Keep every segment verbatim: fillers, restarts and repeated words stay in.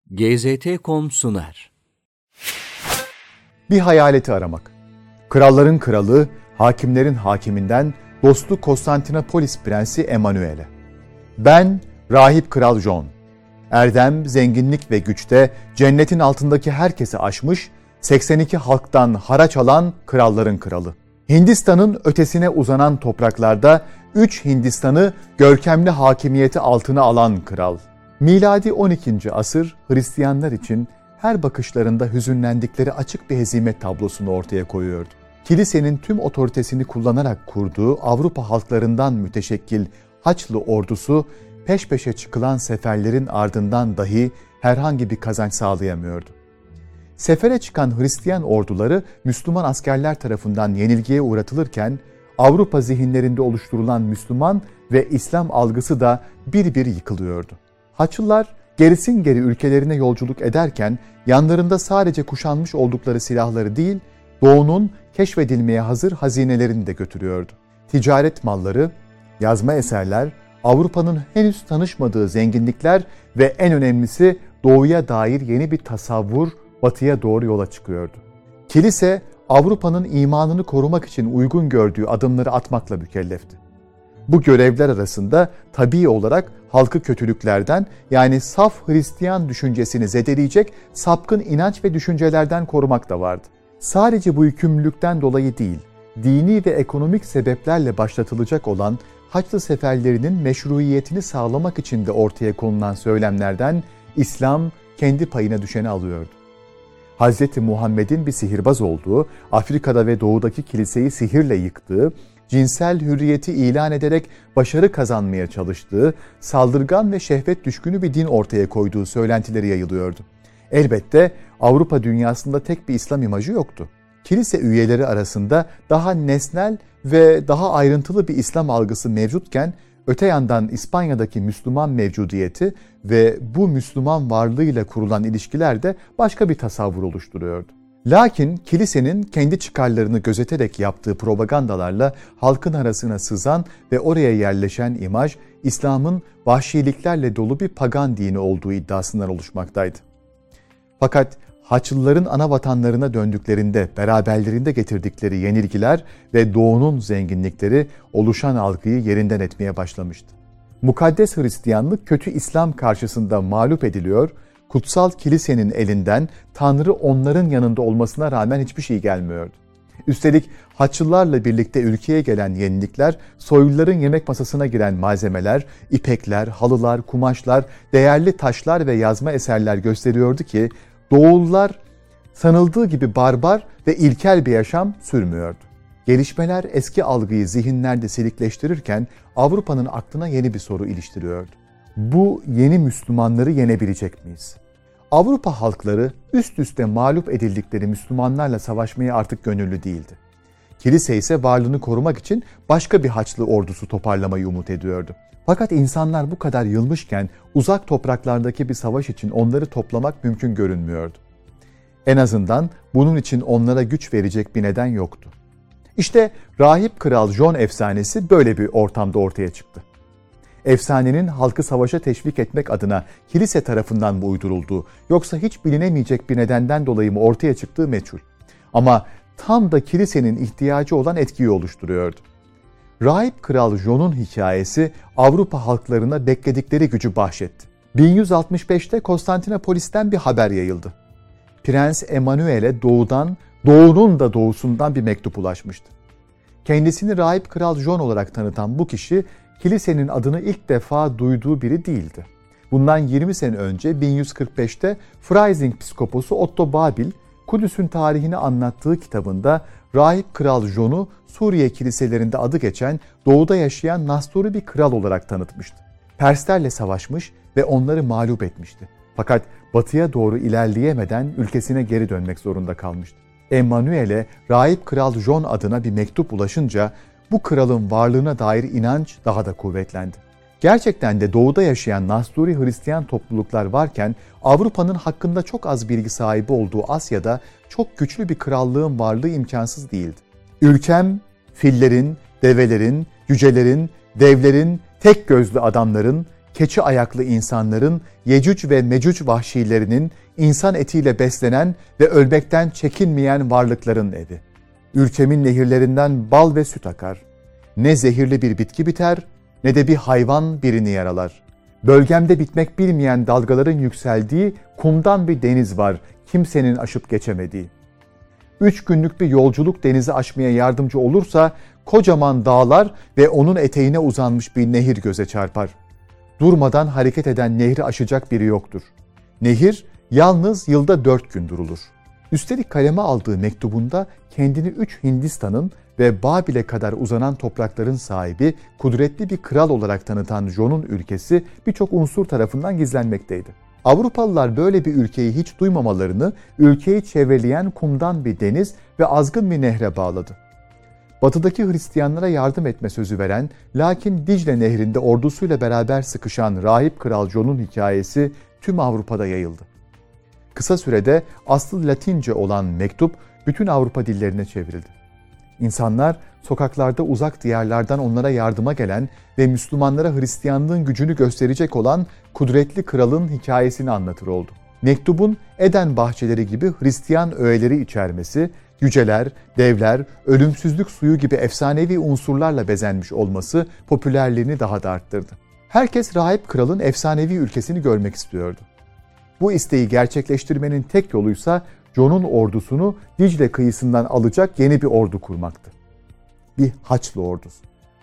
G Z T nokta com sunar. Bir hayaleti aramak. Kralların kralı, hakimlerin hakiminden dostu Konstantinopolis Prensi Emanuele. Ben Rahip Kral John. Erdem, zenginlik ve güçte cennetin altındaki herkesi aşmış, seksen iki halktan haraç alan kralların kralı. Hindistan'ın ötesine uzanan topraklarda üç Hindistan'ı görkemli hakimiyeti altına alan kral. Miladi on ikinci asır Hristiyanlar için her bakışlarında hüzünlendikleri açık bir hezimet tablosunu ortaya koyuyordu. Kilisenin tüm otoritesini kullanarak kurduğu Avrupa halklarından müteşekkil Haçlı ordusu peş peşe çıkılan seferlerin ardından dahi herhangi bir kazanç sağlayamıyordu. Sefere çıkan Hristiyan orduları Müslüman askerler tarafından yenilgiye uğratılırken Avrupa zihinlerinde oluşturulan Müslüman ve İslam algısı da bir bir yıkılıyordu. Haçlılar gerisin geri ülkelerine yolculuk ederken yanlarında sadece kuşanmış oldukları silahları değil, Doğu'nun keşfedilmeye hazır hazinelerini de götürüyordu. Ticaret malları, yazma eserler, Avrupa'nın henüz tanışmadığı zenginlikler ve en önemlisi Doğu'ya dair yeni bir tasavvur Batı'ya doğru yola çıkıyordu. Kilise, Avrupa'nın imanını korumak için uygun gördüğü adımları atmakla mükellefti. Bu görevler arasında tabii olarak halkı kötülüklerden, yani saf Hristiyan düşüncesini zedeleyecek sapkın inanç ve düşüncelerden korumak da vardı. Sadece bu yükümlülükten dolayı değil, dini ve ekonomik sebeplerle başlatılacak olan Haçlı seferlerinin meşruiyetini sağlamak için de ortaya konulan söylemlerden İslam kendi payına düşeni alıyordu. Hazreti Muhammed'in bir sihirbaz olduğu, Afrika'da ve Doğu'daki kiliseyi sihirle yıktığı, cinsel hürriyeti ilan ederek başarı kazanmaya çalıştığı, saldırgan ve şehvet düşkünü bir din ortaya koyduğu söylentileri yayılıyordu. Elbette Avrupa dünyasında tek bir İslam imajı yoktu. Kilise üyeleri arasında daha nesnel ve daha ayrıntılı bir İslam algısı mevcutken, öte yandan İspanya'daki Müslüman mevcudiyeti ve bu Müslüman varlığıyla kurulan ilişkiler de başka bir tasavvur oluşturuyordu. Lakin kilisenin kendi çıkarlarını gözeterek yaptığı propagandalarla halkın arasına sızan ve oraya yerleşen imaj, İslam'ın vahşiliklerle dolu bir pagan dini olduğu iddiasından oluşmaktaydı. Fakat Haçlıların ana vatanlarına döndüklerinde beraberlerinde getirdikleri yenilgiler ve Doğu'nun zenginlikleri oluşan algıyı yerinden etmeye başlamıştı. Mukaddes Hristiyanlık kötü İslam karşısında mağlup ediliyor, kutsal kilisenin elinden Tanrı onların yanında olmasına rağmen hiçbir şey gelmiyordu. Üstelik Haçlılarla birlikte ülkeye gelen yenilikler, soyluların yemek masasına giren malzemeler, ipekler, halılar, kumaşlar, değerli taşlar ve yazma eserler gösteriyordu ki Doğullar sanıldığı gibi barbar ve ilkel bir yaşam sürmüyordu. Gelişmeler eski algıyı zihinlerde silikleştirirken Avrupa'nın aklına yeni bir soru iliştiriyordu. Bu yeni Müslümanları yenebilecek miyiz? Avrupa halkları üst üste mağlup edildikleri Müslümanlarla savaşmaya artık gönüllü değildi. Kilise ise varlığını korumak için başka bir Haçlı ordusu toparlamayı umut ediyordu. Fakat insanlar bu kadar yılmışken uzak topraklardaki bir savaş için onları toplamak mümkün görünmüyordu. En azından bunun için onlara güç verecek bir neden yoktu. İşte Rahip Kral John efsanesi böyle bir ortamda ortaya çıktı. Efsanenin halkı savaşa teşvik etmek adına kilise tarafından mı uydurulduğu, yoksa hiç bilinemeyecek bir nedenden dolayı mı ortaya çıktığı meçhul. Ama tam da kilisenin ihtiyacı olan etkiyi oluşturuyordu. Rahip Kral John'un hikayesi Avrupa halklarına bekledikleri gücü bahşetti. bin yüz altmış beşte Konstantinopolis'ten bir haber yayıldı. Prens Emanuele doğudan, doğunun da doğusundan bir mektup ulaşmıştı. Kendisini Rahip Kral John olarak tanıtan bu kişi, kilisenin adını ilk defa duyduğu biri değildi. Bundan yirmi sene önce bin yüz kırk beşte Freising Piskoposu Otto Babil, Kudüs'ün tarihini anlattığı kitabında Rahip Kral John'u Suriye kiliselerinde adı geçen doğuda yaşayan Nasturi bir kral olarak tanıtmıştı. Perslerle savaşmış ve onları mağlup etmişti. Fakat batıya doğru ilerleyemeden ülkesine geri dönmek zorunda kalmıştı. Emanuele, Rahip Kral John adına bir mektup ulaşınca bu kralın varlığına dair inanç daha da kuvvetlendi. Gerçekten de doğuda yaşayan Nasturi Hristiyan topluluklar varken Avrupa'nın hakkında çok az bilgi sahibi olduğu Asya'da çok güçlü bir krallığın varlığı imkansız değildi. Ülkem, fillerin, develerin, cücelerin, devlerin, tek gözlü adamların, keçi ayaklı insanların, Yecüc ve Mecüc vahşilerinin, insan etiyle beslenen ve ölmekten çekinmeyen varlıkların evi. Ülkemin nehirlerinden bal ve süt akar. Ne zehirli bir bitki biter, ne de bir hayvan birini yaralar. Bölgemde bitmek bilmeyen dalgaların yükseldiği kumdan bir deniz var, kimsenin aşıp geçemediği. Üç günlük bir yolculuk denizi aşmaya yardımcı olursa, kocaman dağlar ve onun eteğine uzanmış bir nehir göze çarpar. Durmadan hareket eden nehri aşacak biri yoktur. Nehir yalnız yılda dört gün durulur. Üstelik kaleme aldığı mektubunda kendini üç Hindistan'ın ve Babil'e kadar uzanan toprakların sahibi, kudretli bir kral olarak tanıtan John'un ülkesi birçok unsur tarafından gizlenmekteydi. Avrupalılar böyle bir ülkeyi hiç duymamalarını, ülkeyi çevreleyen kumdan bir deniz ve azgın bir nehre bağladı. Batıdaki Hristiyanlara yardım etme sözü veren, lakin Dicle Nehri'nde ordusuyla beraber sıkışan rahip kral John'un hikayesi tüm Avrupa'da yayıldı. Kısa sürede aslı Latince olan mektup bütün Avrupa dillerine çevrildi. İnsanlar sokaklarda uzak diyarlardan onlara yardıma gelen ve Müslümanlara Hristiyanlığın gücünü gösterecek olan kudretli kralın hikayesini anlatır oldu. Mektubun Eden bahçeleri gibi Hristiyan öğeleri içermesi, yüceler, devler, ölümsüzlük suyu gibi efsanevi unsurlarla bezenmiş olması popülerliğini daha da arttırdı. Herkes rahip kralın efsanevi ülkesini görmek istiyordu. Bu isteği gerçekleştirmenin tek yoluysa John'un ordusunu Dicle kıyısından alacak yeni bir ordu kurmaktı. Bir Haçlı ordusu.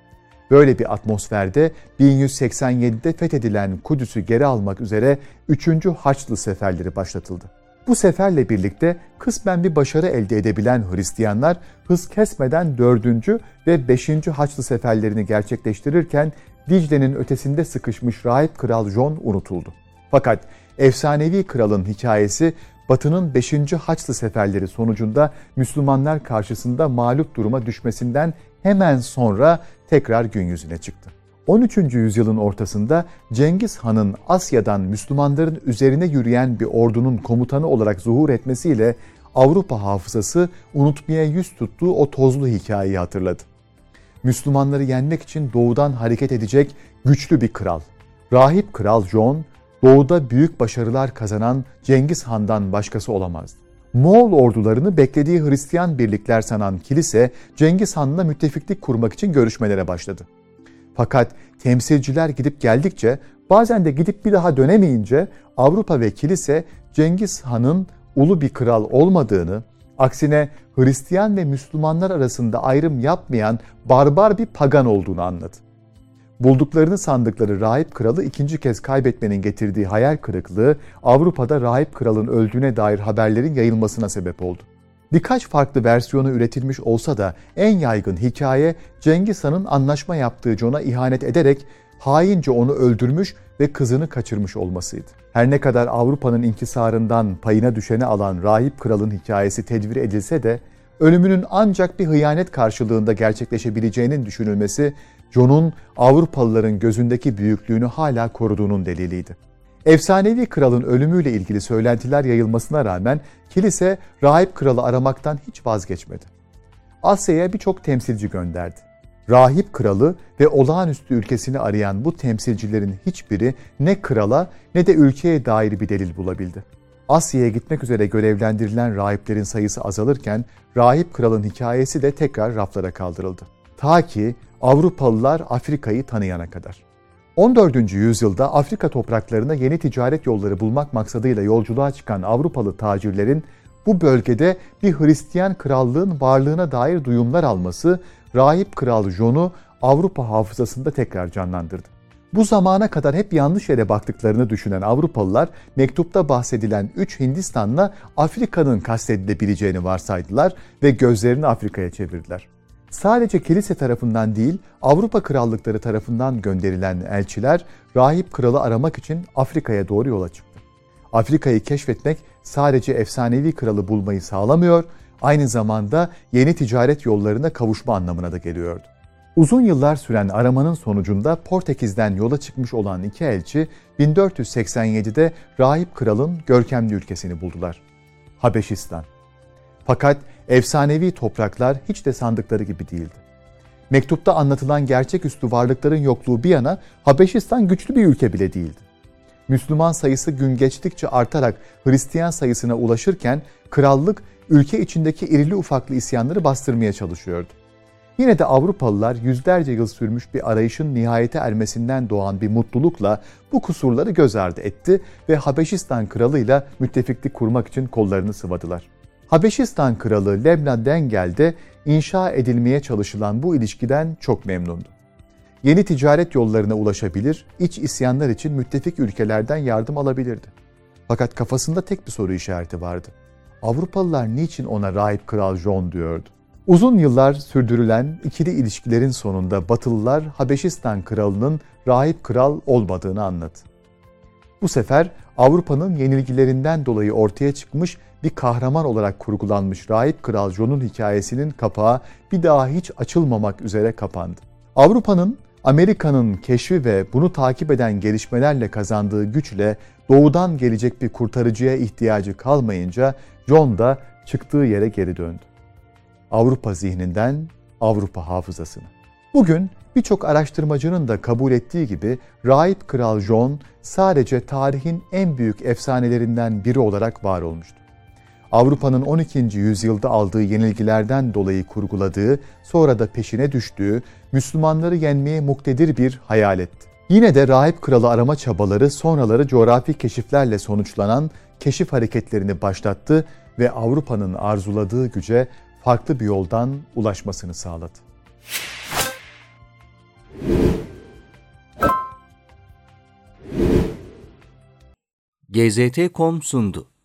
Böyle bir atmosferde bin yüz seksen yedide fethedilen Kudüs'ü geri almak üzere üçüncü Haçlı seferleri başlatıldı. Bu seferle birlikte kısmen bir başarı elde edebilen Hristiyanlar hız kesmeden dördüncü ve beşinci Haçlı seferlerini gerçekleştirirken Dicle'nin ötesinde sıkışmış rahip kral John unutuldu. Fakat efsanevi kralın hikayesi Batı'nın beşinci Haçlı seferleri sonucunda Müslümanlar karşısında mağlup duruma düşmesinden hemen sonra tekrar gün yüzüne çıktı. on üçüncü yüzyılın ortasında Cengiz Han'ın Asya'dan Müslümanların üzerine yürüyen bir ordunun komutanı olarak zuhur etmesiyle Avrupa hafızası unutmaya yüz tuttuğu o tozlu hikayeyi hatırladı. Müslümanları yenmek için doğudan hareket edecek güçlü bir kral. Rahip Kral John, doğuda büyük başarılar kazanan Cengiz Han'dan başkası olamazdı. Moğol ordularını beklediği Hristiyan birlikler sanan kilise, Cengiz Han'la müttefiklik kurmak için görüşmelere başladı. Fakat temsilciler gidip geldikçe, bazen de gidip bir daha dönemeyince Avrupa ve kilise Cengiz Han'ın ulu bir kral olmadığını, aksine Hristiyan ve Müslümanlar arasında ayrım yapmayan barbar bir pagan olduğunu anladı. Bulduklarını sandıkları rahip kralı ikinci kez kaybetmenin getirdiği hayal kırıklığı Avrupa'da rahip kralın öldüğüne dair haberlerin yayılmasına sebep oldu. Birkaç farklı versiyonu üretilmiş olsa da en yaygın hikaye Cengiz Han'ın anlaşma yaptığı John'a ihanet ederek haince onu öldürmüş ve kızını kaçırmış olmasıydı. Her ne kadar Avrupa'nın inkisarından payına düşeni alan rahip kralın hikayesi tedvir edilse de ölümünün ancak bir hıyanet karşılığında gerçekleşebileceğinin düşünülmesi John'un Avrupalıların gözündeki büyüklüğünü hala koruduğunun deliliydi. Efsanevi kralın ölümüyle ilgili söylentiler yayılmasına rağmen kilise rahip kralı aramaktan hiç vazgeçmedi. Asya'ya birçok temsilci gönderdi. Rahip kralı ve olağanüstü ülkesini arayan bu temsilcilerin hiçbiri ne krala ne de ülkeye dair bir delil bulabildi. Asya'ya gitmek üzere görevlendirilen rahiplerin sayısı azalırken rahip kralın hikayesi de tekrar raflara kaldırıldı. Ta ki Avrupalılar Afrika'yı tanıyana kadar. on dördüncü yüzyılda Afrika topraklarına yeni ticaret yolları bulmak maksadıyla yolculuğa çıkan Avrupalı tacirlerin bu bölgede bir Hristiyan krallığın varlığına dair duyumlar alması rahip kral John'u Avrupa hafızasında tekrar canlandırdı. Bu zamana kadar hep yanlış yere baktıklarını düşünen Avrupalılar mektupta bahsedilen üç Hindistan'la Afrika'nın kastedilebileceğini varsaydılar ve gözlerini Afrika'ya çevirdiler. Sadece kilise tarafından değil, Avrupa krallıkları tarafından gönderilen elçiler rahip kralı aramak için Afrika'ya doğru yola çıktı. Afrika'yı keşfetmek sadece efsanevi kralı bulmayı sağlamıyor, aynı zamanda yeni ticaret yollarına kavuşma anlamına da geliyordu. Uzun yıllar süren aramanın sonucunda Portekiz'den yola çıkmış olan iki elçi bin dört yüz seksen yedide rahip kralın görkemli ülkesini buldular. Habeşistan. Fakat efsanevi topraklar hiç de sandıkları gibi değildi. Mektupta anlatılan gerçeküstü varlıkların yokluğu bir yana Habeşistan güçlü bir ülke bile değildi. Müslüman sayısı gün geçtikçe artarak Hristiyan sayısına ulaşırken krallık ülke içindeki irili ufaklı isyanları bastırmaya çalışıyordu. Yine de Avrupalılar yüzlerce yıl sürmüş bir arayışın nihayete ermesinden doğan bir mutlulukla bu kusurları göz ardı etti ve Habeşistan kralıyla müttefiklik kurmak için kollarını sıvadılar. Habeşistan kralı Lebna Dengel de inşa edilmeye çalışılan bu ilişkiden çok memnundu. Yeni ticaret yollarına ulaşabilir, iç isyanlar için müttefik ülkelerden yardım alabilirdi. Fakat kafasında tek bir soru işareti vardı. Avrupalılar niçin ona Rahip Kral John diyordu? Uzun yıllar sürdürülen ikili ilişkilerin sonunda Batılılar Habeşistan kralının rahip kral olmadığını anladı. Bu sefer Avrupa'nın yenilgilerinden dolayı ortaya çıkmış bir kahraman olarak kurgulanmış Rahip Kral John'un hikayesinin kapağı bir daha hiç açılmamak üzere kapandı. Avrupa'nın Amerika'nın keşfi ve bunu takip eden gelişmelerle kazandığı güçle doğudan gelecek bir kurtarıcıya ihtiyacı kalmayınca John da çıktığı yere geri döndü. Avrupa zihninden Avrupa hafızasına. Bugün birçok araştırmacının da kabul ettiği gibi Rahip Kral John sadece tarihin en büyük efsanelerinden biri olarak var olmuştu. Avrupa'nın on ikinci yüzyılda aldığı yenilgilerden dolayı kurguladığı, sonra da peşine düştüğü, Müslümanları yenmeye muktedir bir hayaletti. Yine de Rahip Kralı arama çabaları sonraları coğrafi keşiflerle sonuçlanan keşif hareketlerini başlattı ve Avrupa'nın arzuladığı güce farklı bir yoldan ulaşmasını sağladı. G Z T nokta com sundu.